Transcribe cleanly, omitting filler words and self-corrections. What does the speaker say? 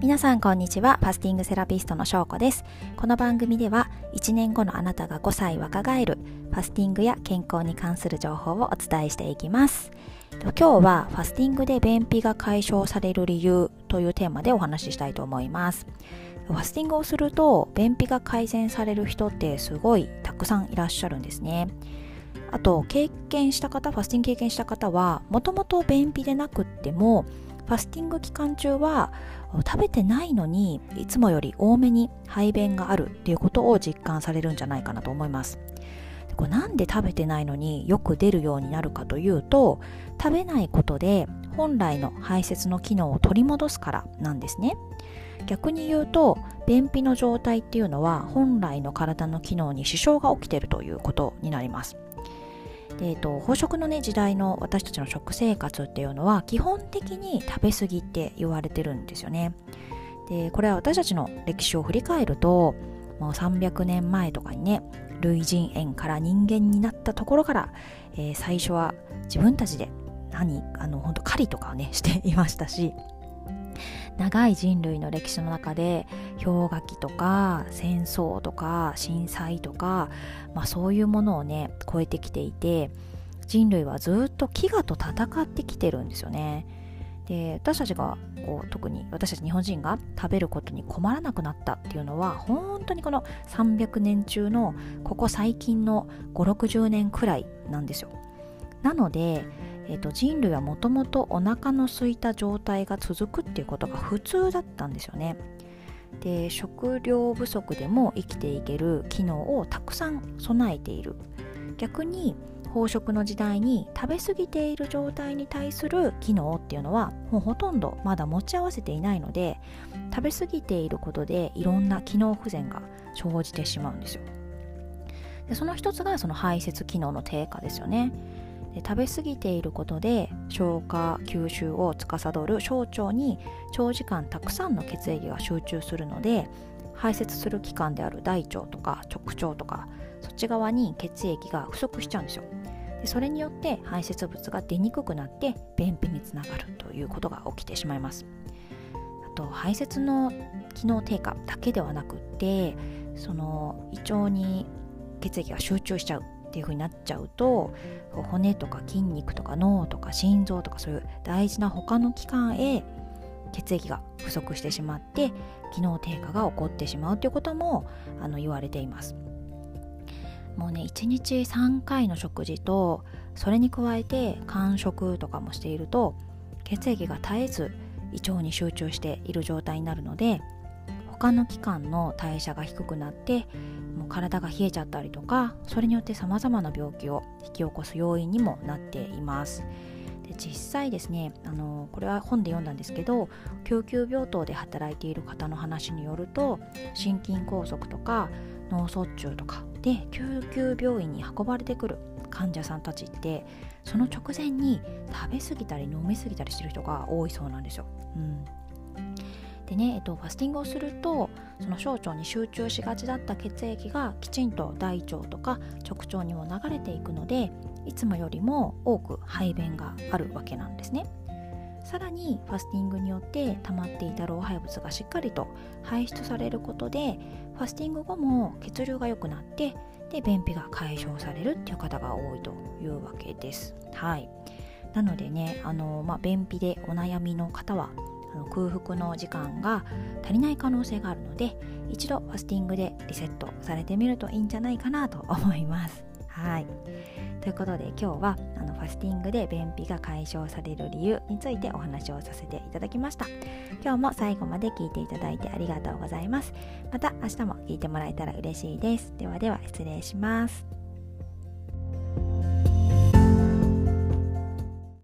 皆さんこんにちは。ファスティングセラピストのしょうこです。この番組では1年後のあなたが5歳若返るファスティングや健康に関する情報をお伝えしていきます。今日はファスティングで便秘が解消される理由というテーマでお話ししたいと思います。ファスティングをすると便秘が改善される人ってすごいたくさんいらっしゃるんですね。あとファスティング経験した方はもともと便秘でなくってもファスティング期間中は食べてないのにいつもより多めに排便があるっていうことを実感されるんじゃないかなと思います。これなんで食べてないのによく出るようになるかというと、食べないことで本来の排泄の機能を取り戻すからなんですね。逆に言うと便秘の状態っていうのは本来の体の機能に支障が起きているということになります。飽食の時代の私たちの食生活っていうのは基本的に食べ過ぎって言われてるんですよね。でこれは私たちの歴史を振り返るともう300年前とかにね、類人猿から人間になったところから、最初は自分たちで本当狩りとかをねしていましたし、長い人類の歴史の中で氷河期とか戦争とか震災とか、そういうものをね超えてきていて、人類はずっと飢餓と戦ってきてるんですよね。で私たち特に私たち日本人が食べることに困らなくなったっていうのは本当にこの300年中のここ最近の5、60年くらいなんですよ。なので人類はもともとお腹の空いた状態が続くっていうことが普通だったんですよね。で食料不足でも生きていける機能をたくさん備えている。逆に飽食の時代に食べ過ぎている状態に対する機能っていうのはもうほとんどまだ持ち合わせていないので、食べ過ぎていることでいろんな機能不全が生じてしまうんですよ。でその一つがその排泄機能の低下ですよね。食べ過ぎていることで消化吸収を司る小腸に長時間たくさんの血液が集中するので、排泄する器官である大腸とか直腸とかそっち側に血液が不足しちゃうんですよ。でそれによって排泄物が出にくくなって便秘につながるということが起きてしまいます。あと排泄の機能低下だけではなくってその胃腸に血液が集中しちゃうっていう風になっちゃうと、骨とか筋肉とか脳とか心臓とかそういう大事な他の器官へ血液が不足してしまって機能低下が起こってしまうということも言われています。もうね1日3回の食事とそれに加えて間食とかもしていると血液が絶えず胃腸に集中している状態になるので、他の器官の代謝が低くなってもう体が冷えちゃったりとか、それによってさまざまな病気を引き起こす要因にもなっています。で実際ですねこれは本で読んだんですけど、救急病棟で働いている方の話によると、心筋梗塞とか脳卒中とかで救急病院に運ばれてくる患者さんたちってその直前に食べ過ぎたり飲み過ぎたりしてる人が多いそうなんですよ。でね、ファスティングをするとその小腸に集中しがちだった血液がきちんと大腸とか直腸にも流れていくので、いつもよりも多く排便があるわけなんですね。さらにファスティングによって溜まっていた老廃物がしっかりと排出されることで、ファスティング後も血流が良くなってで便秘が解消されるっていう方が多いというわけです。なのでね便秘でお悩みの方は空腹の時間が足りない可能性があるので、一度ファスティングでリセットされてみるといいんじゃないかなと思います。ということで今日はファスティングで便秘が解消される理由についてお話をさせていただきました。今日も最後まで聞いていただいてありがとうございます。また明日も聞いてもらえたら嬉しいです。では失礼します。